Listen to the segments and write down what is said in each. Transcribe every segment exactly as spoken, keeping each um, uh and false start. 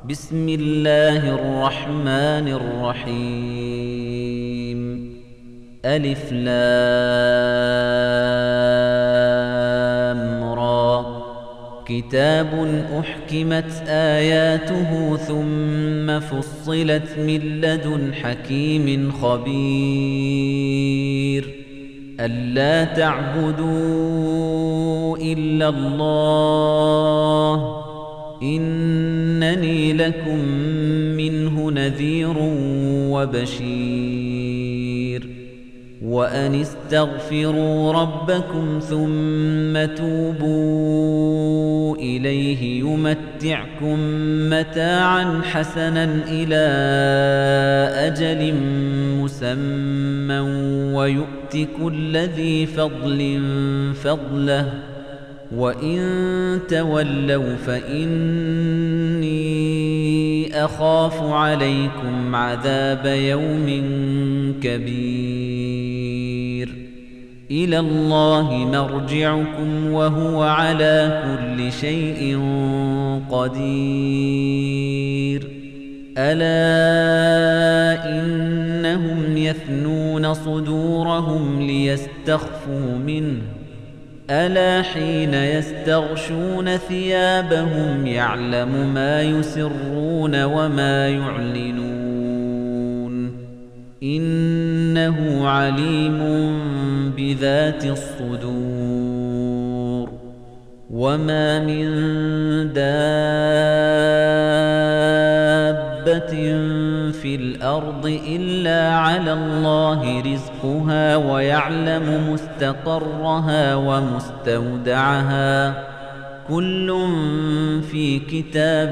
بسم الله الرحمن الرحيم ألف لام را كتاب أحكمت آياته ثم فصلت من لدن حكيم خبير ألا تعبدوا إلا الله إنني لكم منه نذير وبشير وأن استغفروا ربكم ثم توبوا إليه يمتعكم متاعا حسنا إلى أجل مسمى ويؤت كل ذي فضل فضله وإن تولوا فإني أخاف عليكم عذاب يوم كبير إلى الله مرجعكم وهو على كل شيء قدير ألا إنهم يثنون صدورهم ليستخفوا منه ألا حين يستغشون ثيابهم يعلم ما يسرون وما يعلنون إنه عليم بذات الصدور وما من دابة في الأرض إلا على الله رزقها ويعلم مستقرها ومستودعها كل في كتاب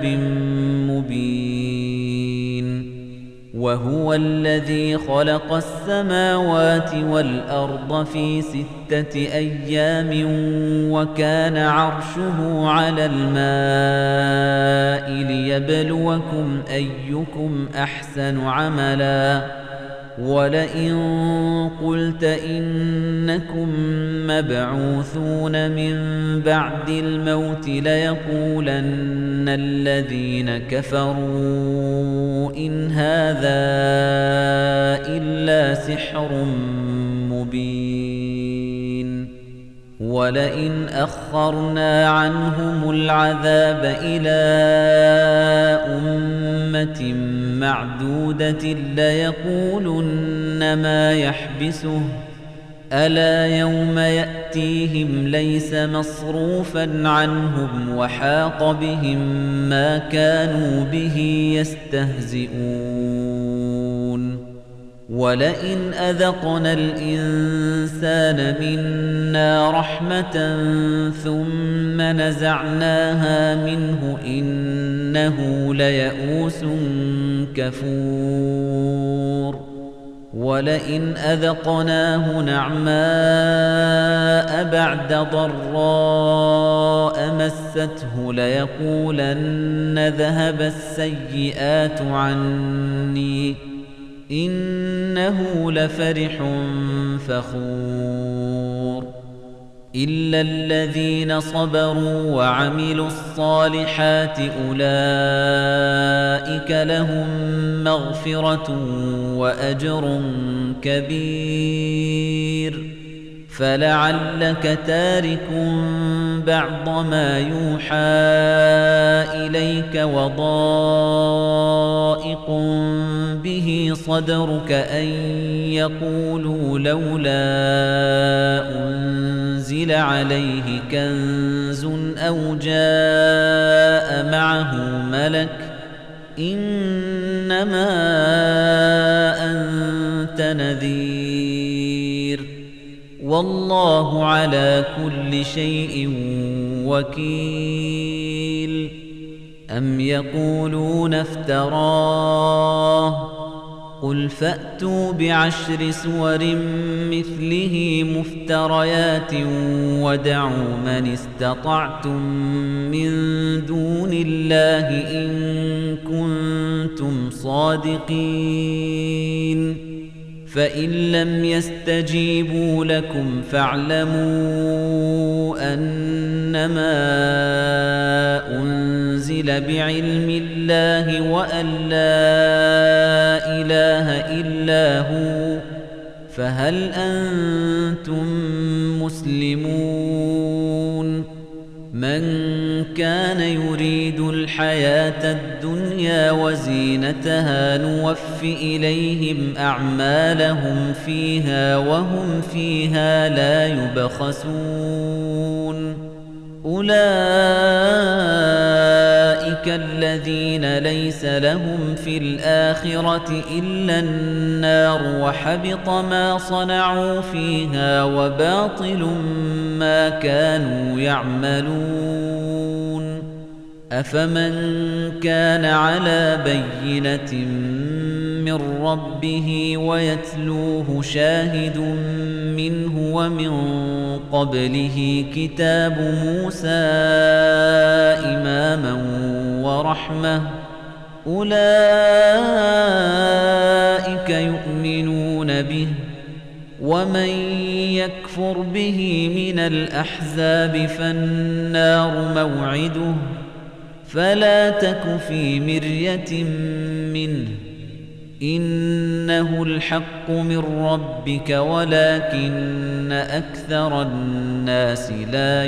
مبين وهو الذي خلق السماوات والأرض في ستة أيام وكان عرشه على الماء ليبلوكم أيكم أحسن عملا ولئن قلت إنكم مبعوثون من بعد الموت ليقولن الذين كفروا إن هذا إلا سحر مبين ولئن أخرنا عنهم العذاب إلى أمة معدودة ليقولن ما يحبسه ألا يوم يأتيهم ليس مصروفا عنهم وحاق بهم ما كانوا به يستهزئون ولئن أذقنا الإنسان منا رحمة ثم نزعناها منه إنه ليئوس كفور ولئن أذقناه نعماء بعد ضراء مسته ليقولن ذهب السيئات عني إنه لفرح فخور إلا الذين صبروا وعملوا الصالحات أولئك لهم مغفرة وأجر كبير فلعلك تارك بعض ما يوحى إليك وضائق به صدرك أن يقولوا لولا أنزل عليه كنز أو جاء معه ملك إنما أنت نذير والله على كل شيء وكيل أم يقولون افتراه قل فأتوا بعشر سور مثله مفتريات ودعوا من استطعتم من دون الله إن كنتم صادقين فإن لم يستجيبوا لكم فاعلموا أنما أنزل أنزل بعلم الله وأن لا إله إلا هو فهل أنتم مسلمون من كان يريد الحياة الدنيا وزينتها نوف إليهم أعمالهم فيها وهم فيها لا يبخسون أولئك الذين ليس لهم في الآخرة إلا النار وحبط ما صنعوا فيها وباطل ما كانوا يعملون أفمن كان على بينة من ربه ويتلوه شاهد منه ومن قبله كتاب موسى إماما ورحمة أولئك يؤمنون به ومن يكفر به من الأحزاب فالنار موعده فلا تك في مرية منه إنه الحق من ربك ولكن أكثر الناس لا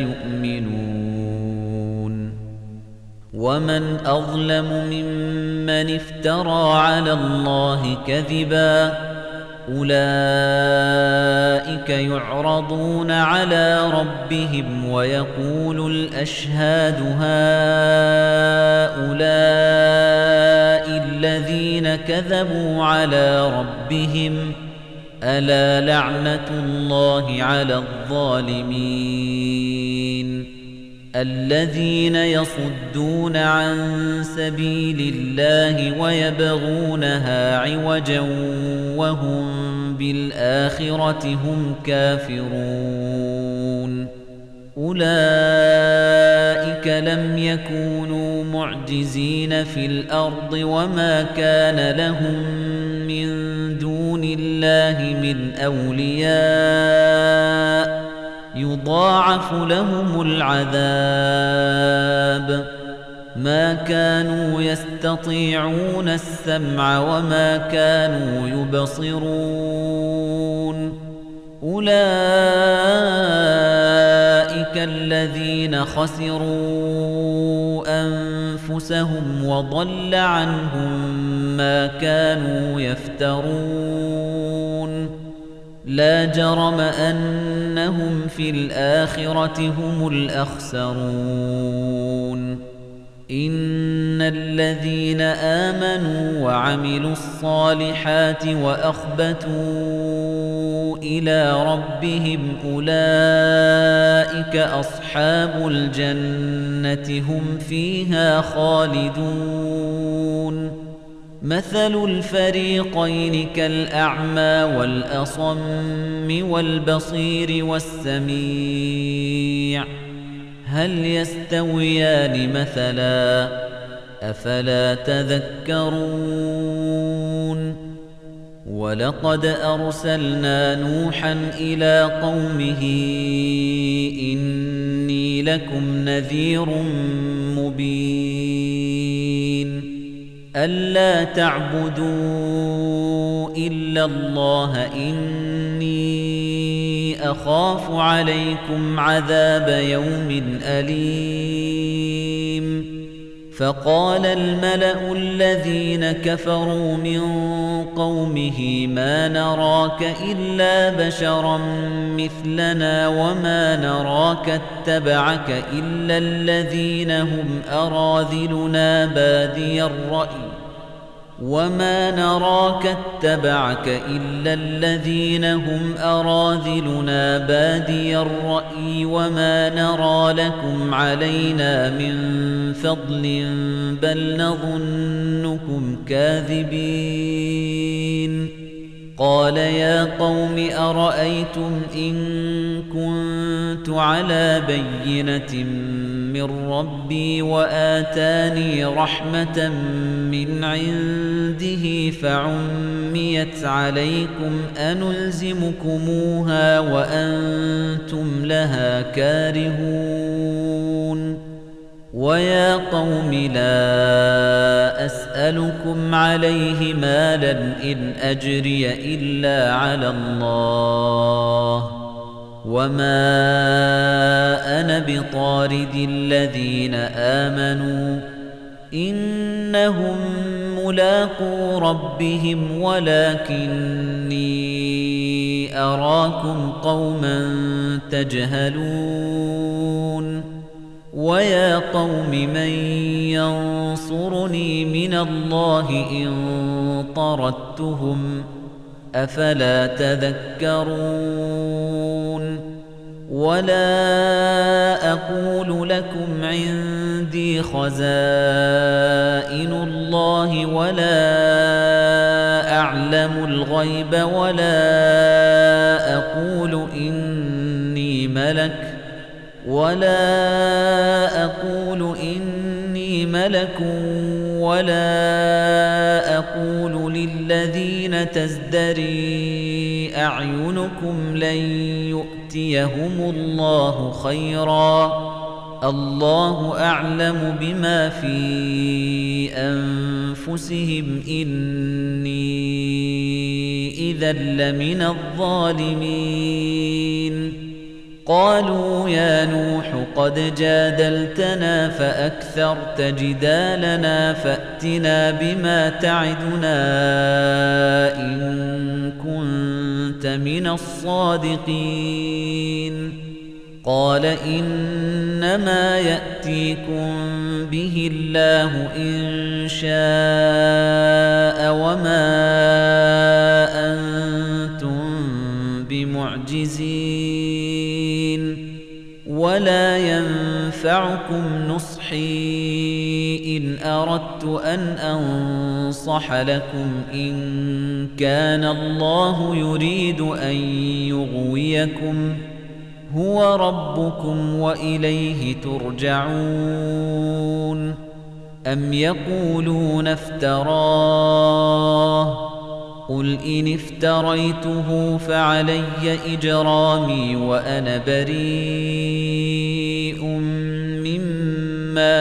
يؤمنون ومن أظلم ممن افترى على الله كذبا أولئك يعرضون على ربهم ويقول الأشهاد هؤلاء الذين كذبوا على ربهم ألا لعنة الله على الظالمين الذين يصدون عن سبيل الله ويبغونها عوجا وهم بالآخرة هم كافرون أولئك لم يكونوا معجزين في الأرض وما كان لهم من دون الله من أولياء يضاعف لهم العذاب ما كانوا يستطيعون السمع وما كانوا يبصرون أولئك الذين خسروا أنفسهم وضل عنهم ما كانوا يفترون لا جرم أنهم في الآخرة هم الأخسرون إن الذين آمنوا وعملوا الصالحات وأخبتوا إلى ربهم أولئك أصحاب الجنة هم فيها خالدون مثل الفريقين كالأعمى والأصم والبصير والسميع هل يستويان مثلا أفلا تذكرون ولقد أرسلنا نوحا إلى قومه إني لكم نذير مبين ألا تعبدوا إلا الله إني أخاف عليكم عذاب يوم أليم فقال الملأ الذين كفروا من قومه ما نراك إلا بشرا مثلنا وما نراك اتبعك إلا الذين هم أراذلنا بادي الرأي وما نراك اتبعك إلا الذين هم أراذلنا بادي الرأي وما نرى لكم علينا من فضل بل نظنكم كاذبين قال يا قوم أرأيتم إن كنت على بينة من ربي وآتاني رحمة من عنده فعميت عليكم أنلزمكموها وأنتم لها كارهون ويا قوم لا أسألكم عليه مالا إن أجري إلا على الله وما أنا بطارد الذين آمنوا إنهم ملاقو ربهم ولكني أراكم قوما تجهلون ويا قوم من ينصرني من الله إن طردتهم أفلا تذكرون ولا أقول لكم عندي خزائن الله ولا أعلم الغيب ولا أقول إني ملك ولا أقول إني ملك ولا أقول للذين تزدري أعينكم لن يؤتيهم الله خيرا الله أعلم بما في أنفسهم إني إذا لمن الظالمين قالوا يا نوح قد جادلتنا فأكثرت جدالنا فأتنا بما تعدنا إن كنت من الصادقين قال إنما يأتيكم به الله إن شاء وما أنتم بمعجزين ولا ينفعكم نصحي إن أردت أن أنصح لكم إن كان الله يريد أن يغويكم هو ربكم وإليه ترجعون أم يقولون افتراه قل إن افتريته فعلي إجرامي وأنا بريء مما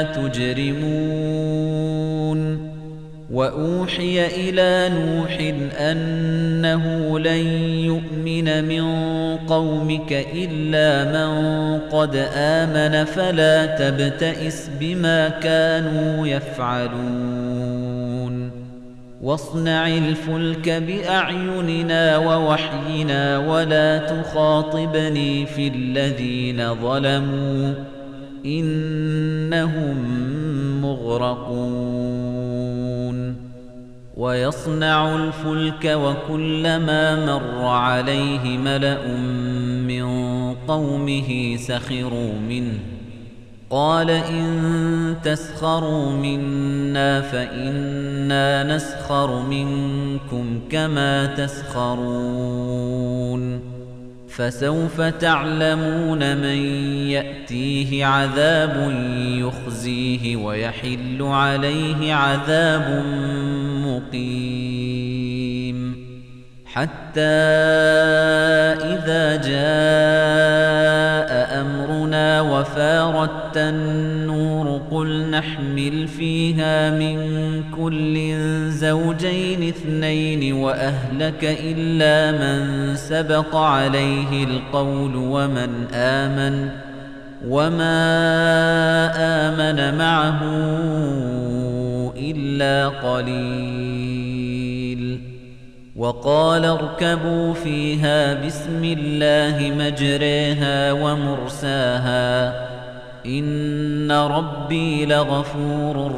تجرمون وأوحي إلى نوح أنه لن يؤمن من قومك إلا من قد آمن فلا تبتئس بما كانوا يفعلون واصنع الفلك بأعيننا ووحينا ولا تخاطبني في الذين ظلموا إنهم مغرقون ويصنع الفلك وكلما مر عليه ملأ من قومه سخروا منه قال إن تسخروا منا فإنا نسخر منكم كما تسخرون فسوف تعلمون من يأتيه عذاب يخزيه ويحل عليه عذاب مقيم حتى إذا جاء أمرنا وفارت النور قل نحمل فيها من كل زوجين اثنين وأهلك إلا من سبق عليه القول ومن آمن وما آمن معه إلا قليل وقال اركبوا فيها بسم الله مجريها ومرساها إن ربي لغفور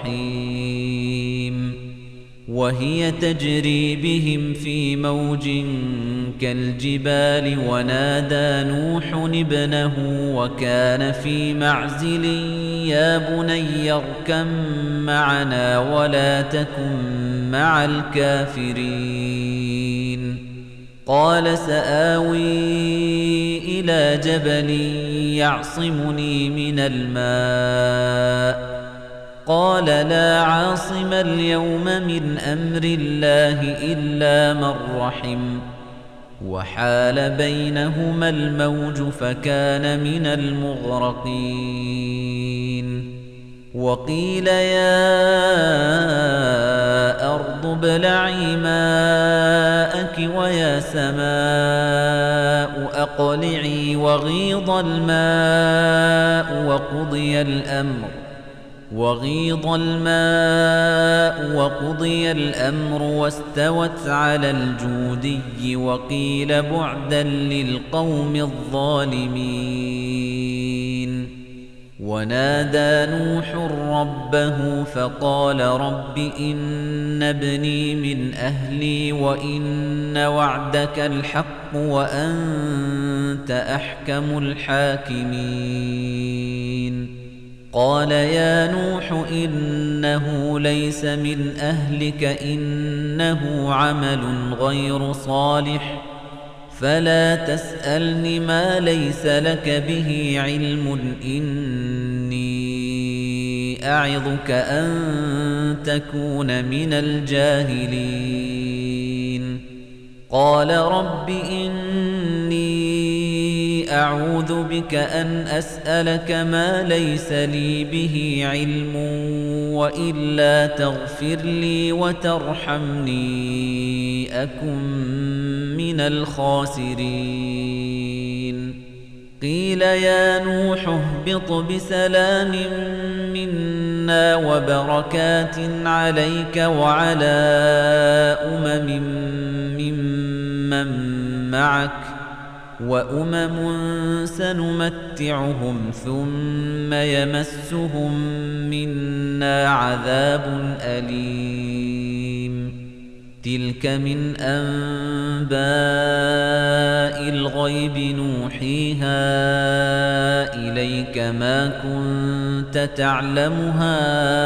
رحيم وهي تجري بهم في موج كالجبال ونادى نوح ابنه وكان في معزل يا بني اركب معنا ولا تكن مع الكافرين قال سآوي إلى جبل يعصمني من الماء قال لا عاصم اليوم من أمر الله إلا من رحم وحال بينهما الموج فكان من المغرقين وقيل يا أرض ابلعي ماءك ويا سماء أقلعي وغيض الماء وقضي الأمر وغيض الماء وقضي الأمر واستوت على الجودي وقيل بعدا للقوم الظالمين ونادى نوح ربه فقال رب إن ابني من أهلي وإن وعدك الحق وأنت أحكم الحاكمين قال يا نوح إنه ليس من أهلك إنه عمل غير صالح فلا تسألني ما ليس لك به علم إني أعظك أن تكون من الجاهلين قال رب إني أعوذ بك أن أسألك ما ليس لي به علم وإلا تغفر لي وترحمني أكن من الخاسرين قيل يا نوح اهبط بسلام منا وبركات عليك وعلى أمم ممن معك وأمم سنمتعهم ثم يمسهم منا عذاب أليم تلك من أنباء الغيب نوحيها إليك ما كنت تعلمها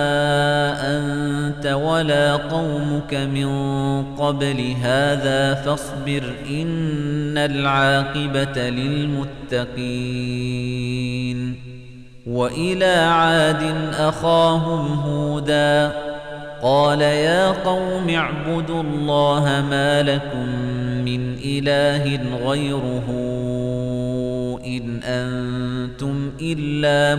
أنت ولا قومك من قبل هذا فاصبر إن العاقبة للمتقين وإلى عاد أخاهم هودا قال يا قوم اعبدوا الله ما لكم من إله غيره إن أنتم إلا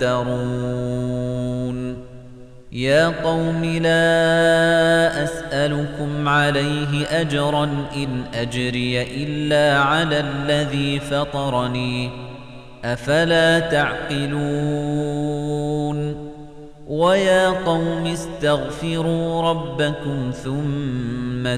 مفترون يا قوم لا أسألكم عليه أجرا إن أجري إلا على الذي فطرني أفلا تعقلون ويا قوم استغفروا ربكم ثم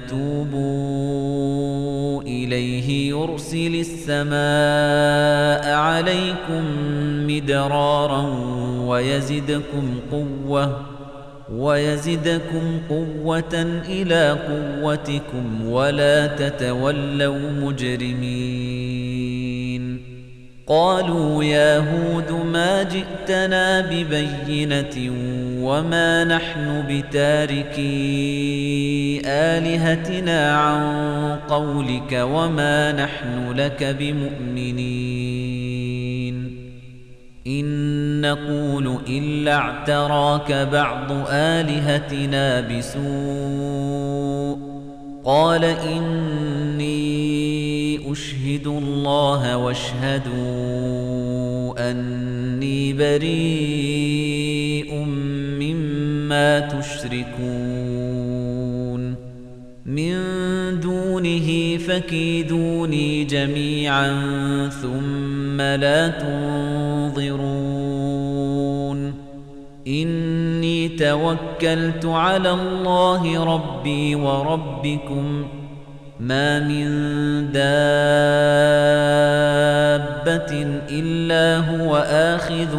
توبوا إليه يرسل السماء عليكم مدرارا ويزدكم قوة ويزدكم قوة إلى قوتكم ولا تتولوا مجرمين قالوا يا هود ما جئتنا ببينة وما نحن بتاركي آلهتنا عن قولك وما نحن لك بمؤمنين إن نقول إلا اعتراك بعض آلهتنا بسوء قال إني أشهد الله واشهدوا أني بريء مما تشركون من دونه فكيدوني جميعا ثم لا تنظرون إني توكلت على الله ربي وربكم ما من دابة إلا هو آخذ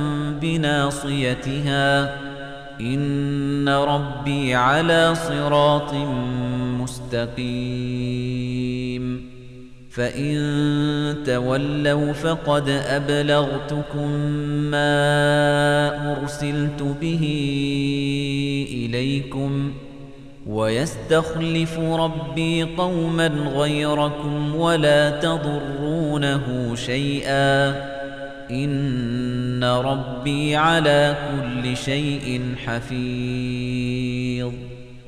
بناصيتها إن ربي على صراط مستقيم فإن تولوا فقد أبلغتكم ما أرسلت به إليكم ويستخلف ربي قوما غيركم ولا تضرونه شيئا إن ربي على كل شيء حفيظ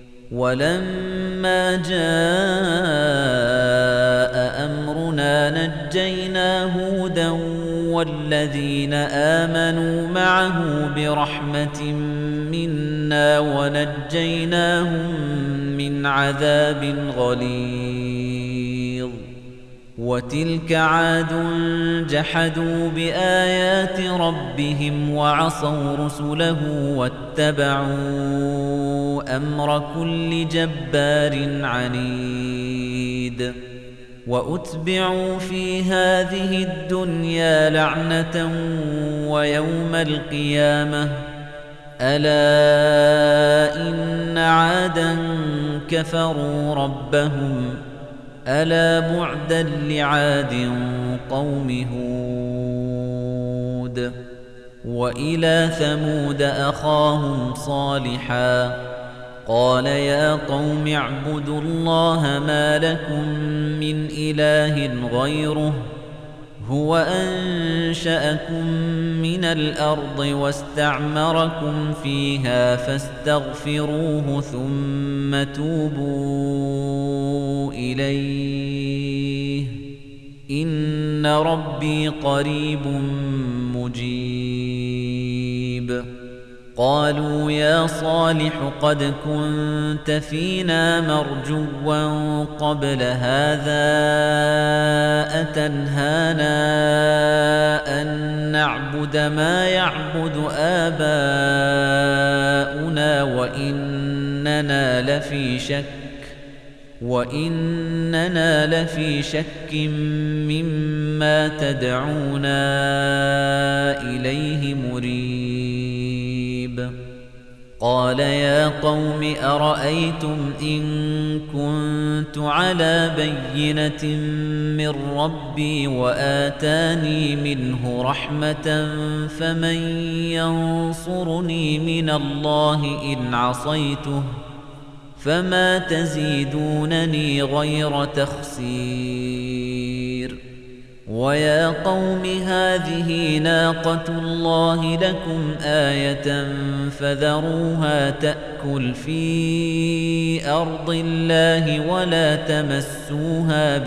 ولما جاء أمرنا نجينا هودا والذين آمنوا معه برحمة منا ونجيناهم من عذاب غليظ وتلك عاد جحدوا بآيات ربهم وعصوا رسله واتبعوا أمر كل جبار عنيد وأتبعوا في هذه الدنيا لعنة ويوم القيامة ألا إن عادا كفروا ربهم ألا بعدا لعاد قوم هود وإلى ثمود أخاهم صالحا قال يا قوم اعبدوا الله ما لكم من إله غيره هو أنشأكم من الأرض واستعمركم فيها فاستغفروه ثم توبوا إليه إن ربي قريب مجيب قالوا يا صالح قد كنت فينا مرجوا قبل هذا أتنهانا أن نعبد ما يعبد آباؤنا وإننا لفي شك وإننا لفي شك مما تدعونا إليه مريب قال يا قوم أرأيتم إن كنت على بينة من ربي وآتاني منه رحمة فمن ينصرني من الله إن عصيته فما تزيدونني غير تخسير ويا قوم هذه ناقة الله لكم آية فذروها تأكل في أرض الله ولا تمسوها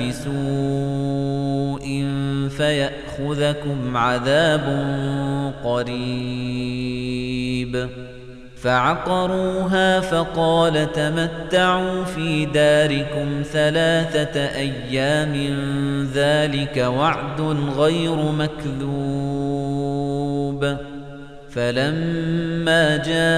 بسوء فيأخذكم عذاب قريب فعقروها فقال تمتعوا في داركم ثلاثة أيام ذلك وعد غير مكذوب فلما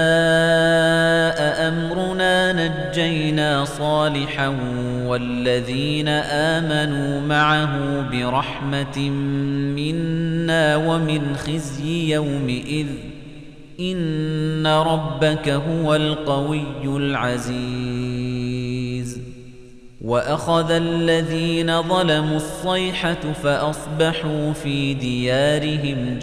جاء أمرنا نجينا صالحا والذين آمنوا معه برحمة منا ومن خزي يومئذ إن ربك هو القوي العزيز وأخذ الذين ظلموا الصيحة فأصبحوا في ديارهم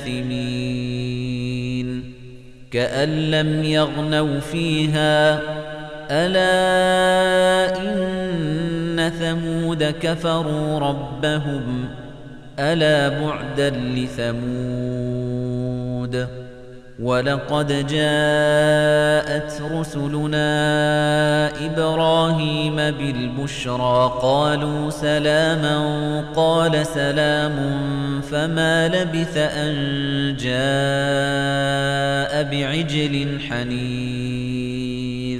جاثمين كأن لم يغنوا فيها ألا إن ثمود كفروا ربهم ألا بعدا لثمود ولقد جاءت رسلنا إبراهيم بالبشرى قالوا سلاما قال سلام فما لبث أن جاء بعجل حنيذ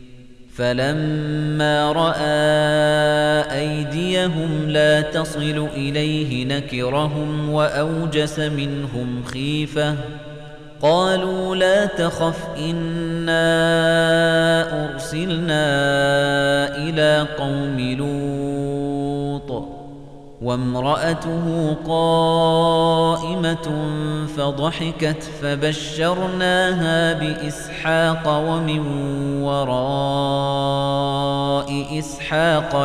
فلما رأى أيديهم لا تصل إليه نكرهم وأوجس منهم خيفة قالوا لا تخف إنا أرسلنا إلى قوم لوط وامرأته قائمة فضحكت فبشرناها بإسحاق ومن وراء إسحاق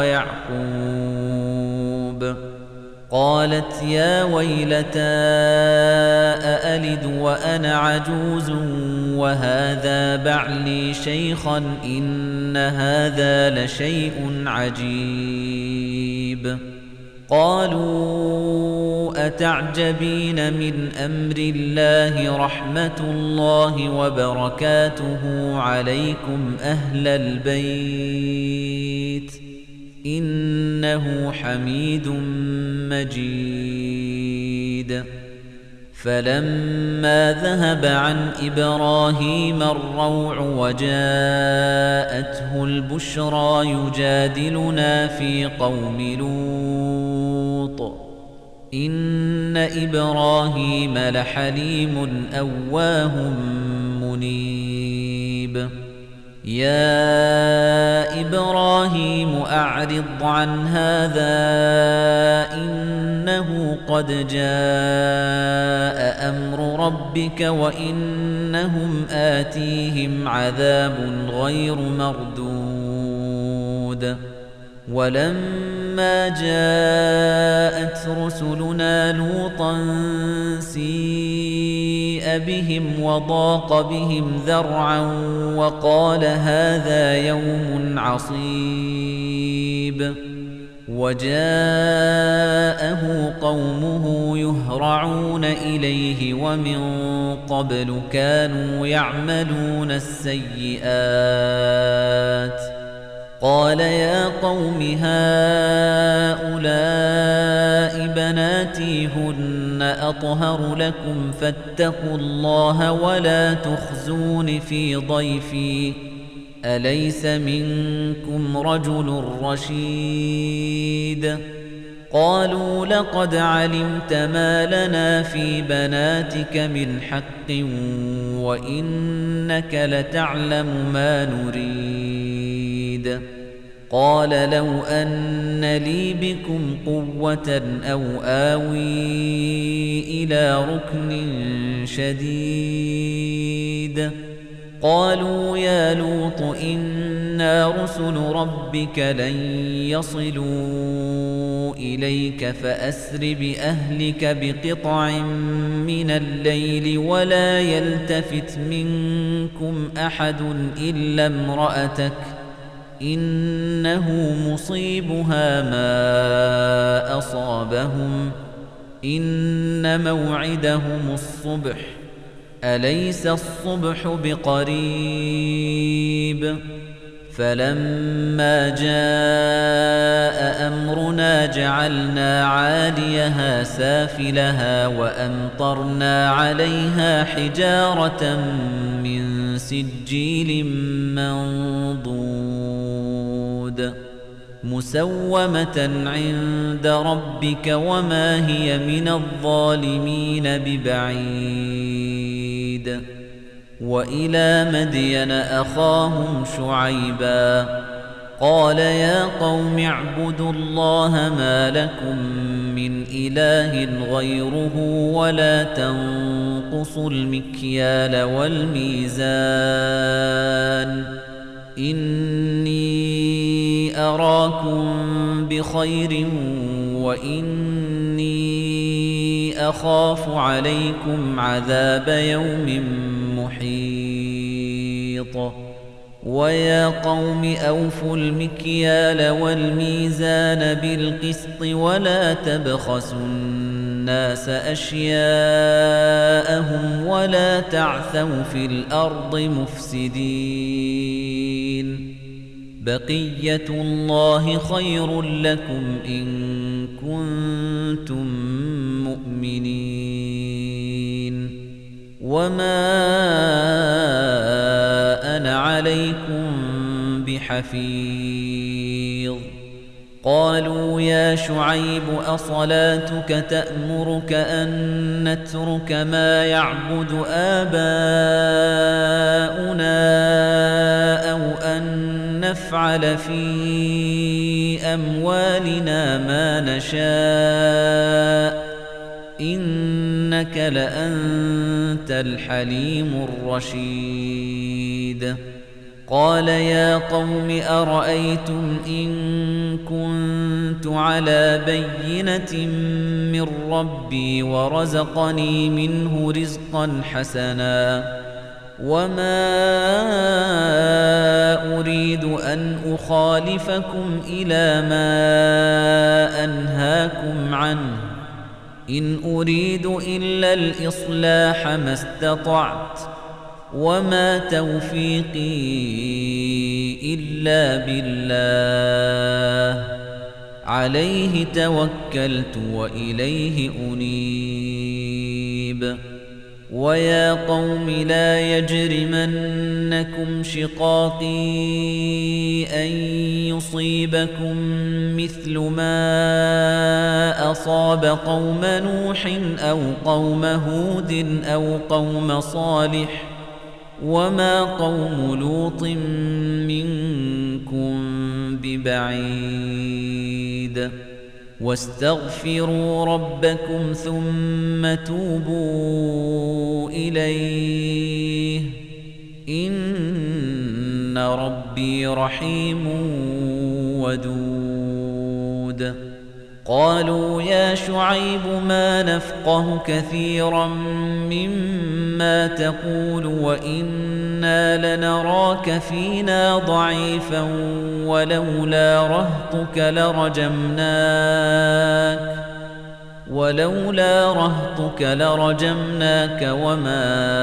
يعقوب قالت يا ويلتى أألد وأنا عجوز وهذا بعلي شيخا إن هذا لشيء عجيب قالوا أتعجبين من أمر الله رحمة الله وبركاته عليكم أهل البيت إنه حميد مجيد فلما ذهب عن إبراهيم الروع وجاءته البشرى يجادلنا في قوم لوط إن إبراهيم لحليم أواه منيب يا إبراهيم أعرض عن هذا إنه قد جاء أمر ربك وإنهم آتيهم عذاب غير مردود ولما جاءت رسلنا لوطا سيء بهم وضاق بهم ذرعا وقال هذا يوم عصيب وجاءه قومه يهرعون إليه ومن قبل كانوا يعملون السيئات قال يا قوم هؤلاء بناتي هن أطهر لكم فاتقوا الله ولا تخزون في ضيفي أليس منكم رجل رشيد قالوا لقد علمت ما لنا في بناتك من حق وإنك لتعلم ما نريد قال لو أن لي بكم قوة أو آوي إلى ركن شديد قالوا يا لوط إنا رسل ربك لن يصلوا إليك فأسر بأهلك بقطع من الليل ولا يلتفت منكم أحد إلا امرأتك إنه مصيبها ما أصابهم إن موعدهم الصبح أليس الصبح بقريب فلما جاء أمرنا جعلنا عاليها سافلها وأمطرنا عليها حجارة من سجيل منضود مسومة عند ربك وما هي من الظالمين ببعيد وإلى مدين أخاهم شعيبا قال يا قوم اعبدوا الله ما لكم من إله غيره ولا تنقصوا المكيال والميزان إني أراكم بخير وإني أخاف عليكم عذاب يوم محيط ويا قوم أوفوا المكيال والميزان بالقسط ولا تبخسوا الناس أشياءهم ولا تعثوا في الأرض مفسدين بقية الله خير لكم إن كنتم مؤمنين وما أنا عليكم بحفيظ قالوا يا شعيب أصلاتك تأمرك أن نترك ما يعبد آباؤنا أو أن نفعل في أموالنا ما نشاء إنك لأنت الحليم الرشيد قال يا قوم أرأيتم إن كنت على بينة من ربي ورزقني منه رزقا حسنا وما أريد أن أخالفكم إلى ما أنهاكم عنه إن أريد إلا الإصلاح ما استطعت وما توفيقي إلا بالله عليه توكلت وإليه أنيب مُرِيبٍ وَيَا قَوْمِ لَا يَجْرِمَنَّكُمْ شِقَاقِي أَن يُصِيبَكُم مِّثْلُ مَا أَصَابَ قَوْمَ نُوحٍ أَوْ قَوْمَ هُودٍ أَوْ قَوْمَ صَالِحٍ وَمَا قَوْمُ لُوطٍ مِّنكُم بِبَعِيدٍ وَاسْتَغْفِرُوا رَبَّكُمْ ثُمَّ تُوبُوا إِلَيْهِ إِنَّ رَبِّي رَحِيمٌ وَدُودٌ قَالُوا يَا شُعَيْبُ مَا نَفْقَهُ كَثِيرًا مِّمَّا تَقُولُ وَإِنَّا لَنَرَاكَ فِينَا ضَعِيفًا وَلَوْلَا رَهْطُكَ لَرَجَمْنَاكَ وَلَوْلَا رَهْطُكَ لَرَجَمْنَاكَ وَمَا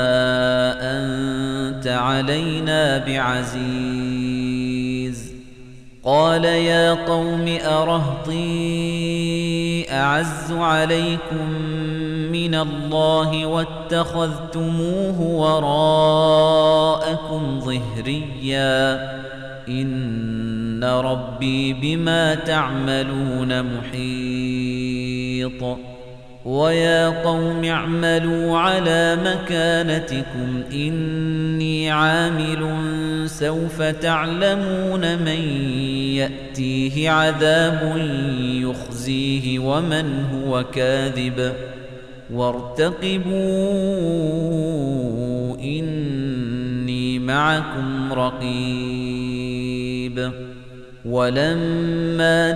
أَنتَ عَلَيْنَا بِعَزِيزٍ قَالَ يَا قَوْمِ أَرَهْطِي أَعَزُّ عَلَيْكُمْ مِنَ اللَّهِ وَاتَّخَذْتُمُوهُ وَرَاءَكُمْ ظِهْرِيًّا إِنَّ رَبِّي بِمَا تَعْمَلُونَ مُحِيطٌ وَيَا قَوْمِ اعْمَلُوا عَلَى مَكَانَتِكُمْ إِنِّي عَامِلٌ سَوْفَ تَعْلَمُونَ مَن يَأْتِيهِ عَذَابٌ يُخْزِيهِ وَمَنْ هُوَ كَاذِبٌ وَارْتَقِبُوا إِنِّي مَعَكُمْ رَقِيبٌ وَلَمَّا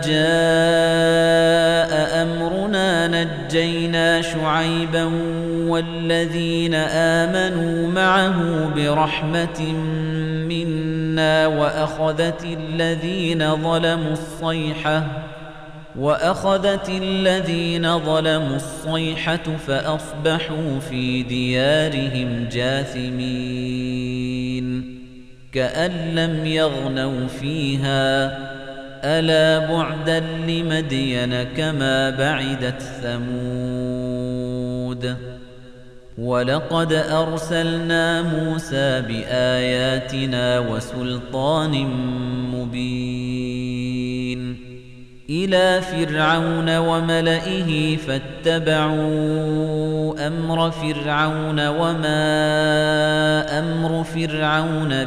جَاءَ أَمْرُنَا نَجَّيْنَا شُعَيْبًا وَالَّذِينَ آمَنُوا مَعَهُ بِرَحْمَةٍ مِنَّا وَأَخَذَتِ الَّذِينَ ظَلَمُوا الصَّيْحَةُ وَأَخَذَتِ الَّذِينَ ظَلَمُوا الصَّيْحَةُ فَأَصْبَحُوا فِي دِيَارِهِمْ جَاثِمِينَ كَأَن لَّمْ يَغْنَوْا فِيهَا أَلَا بُعْدًا لِّمَدْيَنَ كَمَا بَعِدَتْ ثَمُودُ وَلَقَدْ أَرْسَلْنَا مُوسَىٰ بِآيَاتِنَا وَسُلْطَانٍ مُّبِينٍ إِلَىٰ فِرْعَوْنَ وَمَلَئِهِ فَاتَّبَعُوا أَمْرَ فِرْعَوْنَ وَمَا أَمْرُ فِرْعَوْنَ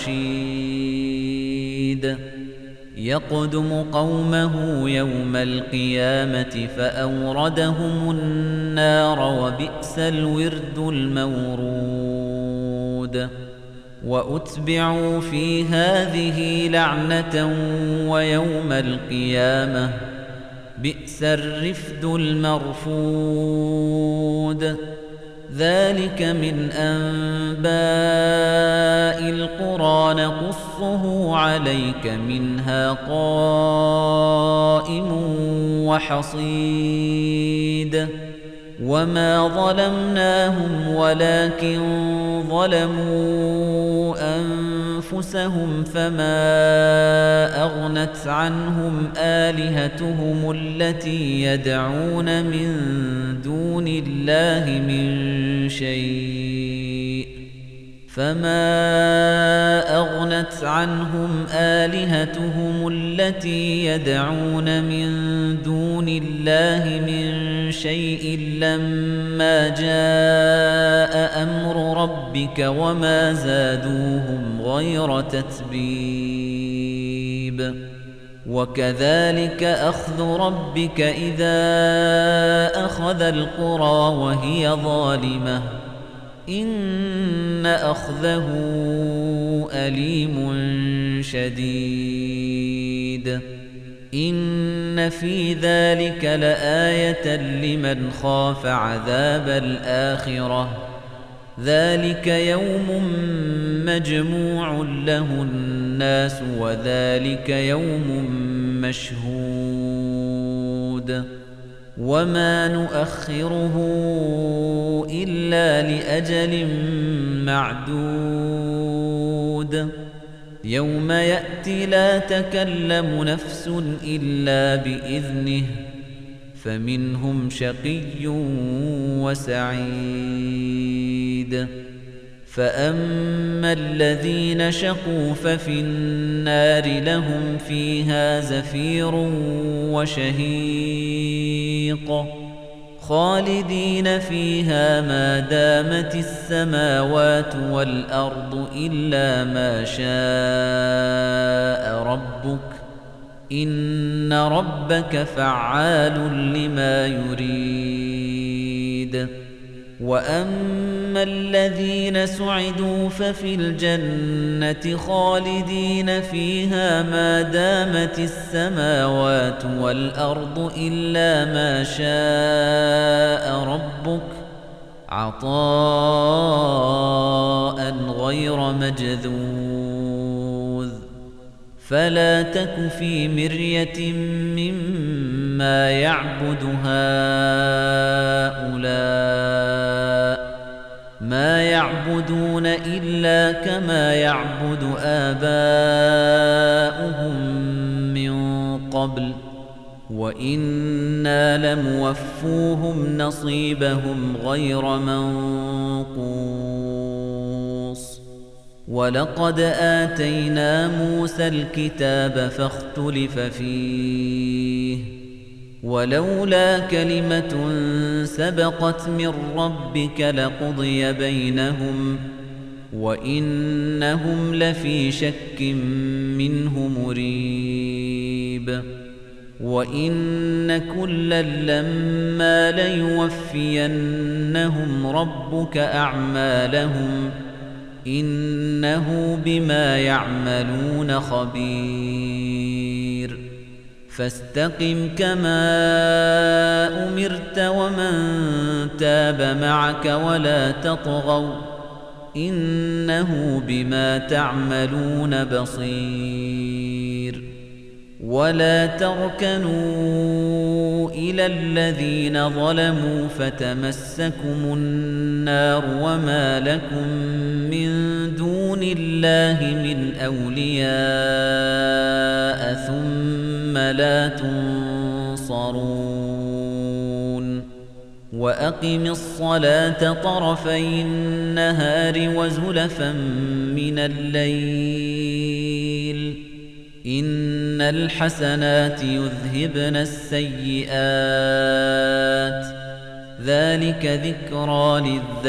بِرَشِيدٍ يَقْدُمُ قَوْمَهُ يَوْمَ الْقِيَامَةِ فَأَوْرَدَهُمُ النَّارَ وَبِئْسَ الْوِرْدُ الْمَوْرُودُ وَأُتْبِعُوا فِي هَٰذِهِ لَعْنَةً وَيَوْمَ الْقِيَامَةِ بِئْسَ الرِّفْدُ الْمَرْفُودُ ذَلِكَ مِنْ أَنبَاءِ الْقُرَىٰ نَقُصُّهُ عَلَيْكَ مِنْهَا قَائِمٌ وَحَصِيدٌ وَمَا ظَلَمْنَاهُمْ وَلَٰكِن ظَلَمُوا أَنفُسَهُمْ فَمَا أَغْنَتْ عَنْهُمْ آلِهَتُهُمُ الَّتِي يَدْعُونَ مِن دُونِ اللَّهِ مِن شَيْءٍ فَمَا أَغْنَتْ عَنْهُمْ آلِهَتُهُمُ الَّتِي يَدْعُونَ مِن دُونِ اللَّهِ مِن شَيْءٍ لَّمَّا جَاءَ أَمْرُ رَبِّكَ وَمَا زَادُوهُمْ غَيْرَ تَتْبِيبٍ وَكَذَلِكَ أَخْذُ رَبِّكَ إِذَا أَخَذَ الْقُرَىٰ وَهِيَ ظَالِمَةٌ إِنَّ أَخْذَهُ أَلِيمٌ شَدِيدٌ إِنَّ فِي ذَلِكَ لَآيَةً لِمَنْ خَافَ عَذَابَ الْآخِرَةِ ذَلِكَ يَوْمٌ مَّجْمُوعٌ لَّهُ النَّاسُ وَذَلِكَ يَوْمٌ مَّشْهُودٌ وَمَا نُؤَخِّرُهُ إِلَّا لِأَجَلٍ مَّعْدُودٍ يَوْمَ يَأْتِ لَا تَكَلَّمُ نَفْسٌ إِلَّا بِإِذْنِهِ فمنهم شقي وسعيد فأما الذين شقوا ففي النار لهم فيها زفير وشهيق خالدين فيها ما دامت السماوات والأرض إلا ما شاء ربك إن ربك فعال لما يريد وأما الذين سعدوا ففي الجنة خالدين فيها ما دامت السماوات والأرض إلا ما شاء ربك عطاء غير مجذوذ فلا تك في مرية مما يعبد هؤلاء ما يعبدون إلا كما يعبد آباؤهم من قبل وإنا لموفوهم نصيبهم غير منقوص ولقد آتينا موسى الكتاب فاختلف فيه ولولا كلمة سبقت من ربك لقضي بينهم وإنهم لفي شك منه مريب وإن كلا لما ليوفينهم ربك أعمالهم إنه بما يعملون خبير فاستقم كما أمرت ومن تاب معك ولا تطغوا إنه بما تعملون بصير ولا تركنوا إلى الذين ظلموا فتمسكم النار وما لكم من دون الله من أولياء ثم لا تنصرون وأقم الصلاة طرفي النهار وزلفا من الليل إن الحسنات يذهبن السيئات ذلك ذكرى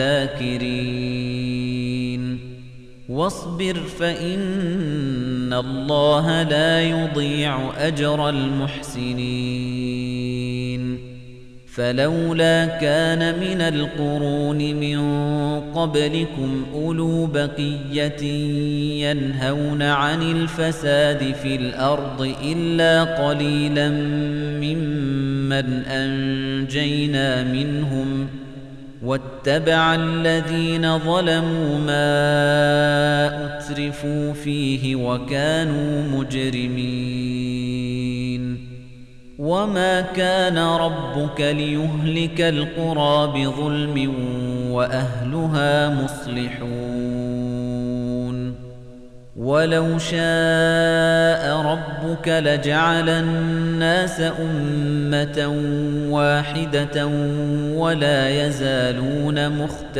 للذاكرين واصبر فإن الله لا يضيع أجر المحسنين فلولا كان من القرون من قبلكم أولو بقية ينهون عن الفساد في الأرض إلا قليلا ممن أنجينا منهم واتبع الذين ظلموا ما أترفوا فيه وكانوا مجرمين وما كان ربك ليهلك القرى بظلم وأهلها مصلحون ولو شاء ربك لجعل الناس أمة واحدة ولا يزالون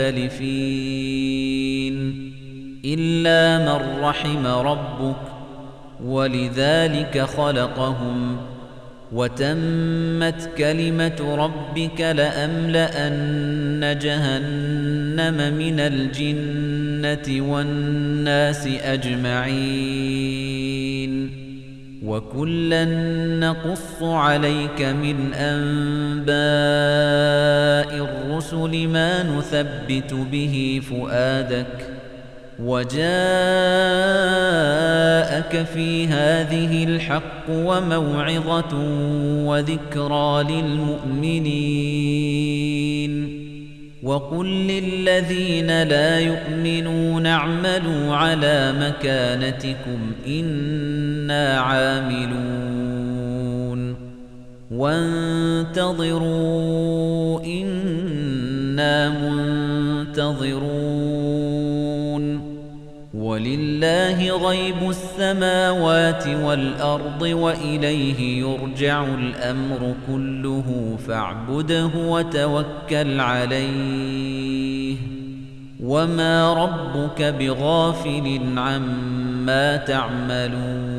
مختلفين إلا من رحم ربك ولذلك خلقهم وتمت كلمة ربك لأملأن جهنم من الجنة والناس أجمعين وكلا نقص عليك من أنباء الرسل ما نثبت به فؤادك وجاءك في هذه الحق وموعظة وذكرى للمؤمنين وقل للذين لا يؤمنون اعملوا على مكانتكم إنا عاملون وانتظروا إنا منتظرون وَلِلَّهِ غَيْبُ السَّمَاوَاتِ وَالْأَرْضِ وَإِلَيْهِ يُرْجَعُ الْأَمْرُ كُلُّهُ فَاعْبُدْهُ وَتَوَكَّلْ عَلَيْهِ وَمَا رَبُّكَ بِغَافِلٍ عَمَّا تَعْمَلُونَ